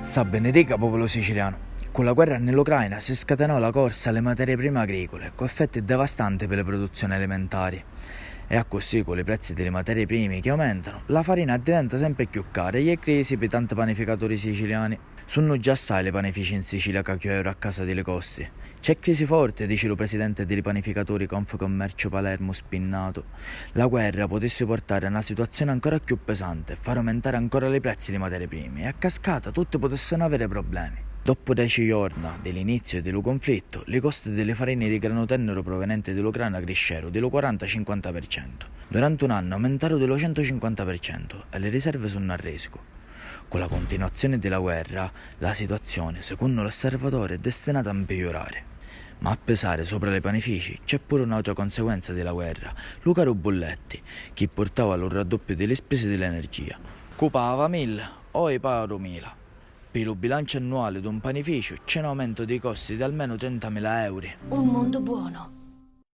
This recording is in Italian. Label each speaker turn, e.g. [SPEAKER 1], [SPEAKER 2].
[SPEAKER 1] Sta bene riga, popolo siciliano. Con la guerra nell'Ucraina si scatenò la corsa alle materie prime agricole, con effetti devastanti per le produzioni alimentari. E così, con i prezzi delle materie prime che aumentano, la farina diventa sempre più cara e è crisi per tanti panificatori siciliani. Sono già assai le panifici in Sicilia che chiedono a casa delle costi. C'è crisi forte, dice il presidente dei panificatori Confcommercio Palermo Spinnato. La guerra potesse portare a una situazione ancora più pesante e far aumentare ancora i prezzi delle materie prime e a cascata tutte potessero avere problemi. Dopo 10 giorni dall'inizio del conflitto, le costi delle farine di grano tenero provenienti dall'Ucraina crescerono dello 40-50%. Durante un anno aumentarono dello 150% e le riserve sono a rischio. Con la continuazione della guerra, la situazione, secondo l'osservatore, è destinata a peggiorare. Ma a pesare sopra le panifici c'è pure un'altra conseguenza della guerra, lo caro bolletti, che portava al raddoppio delle spese dell'energia. Cupava 1000 o i paro 1000. Per il bilancio annuale di un panificio c'è un aumento dei costi di almeno 30.000 euro.
[SPEAKER 2] Un mondo buono.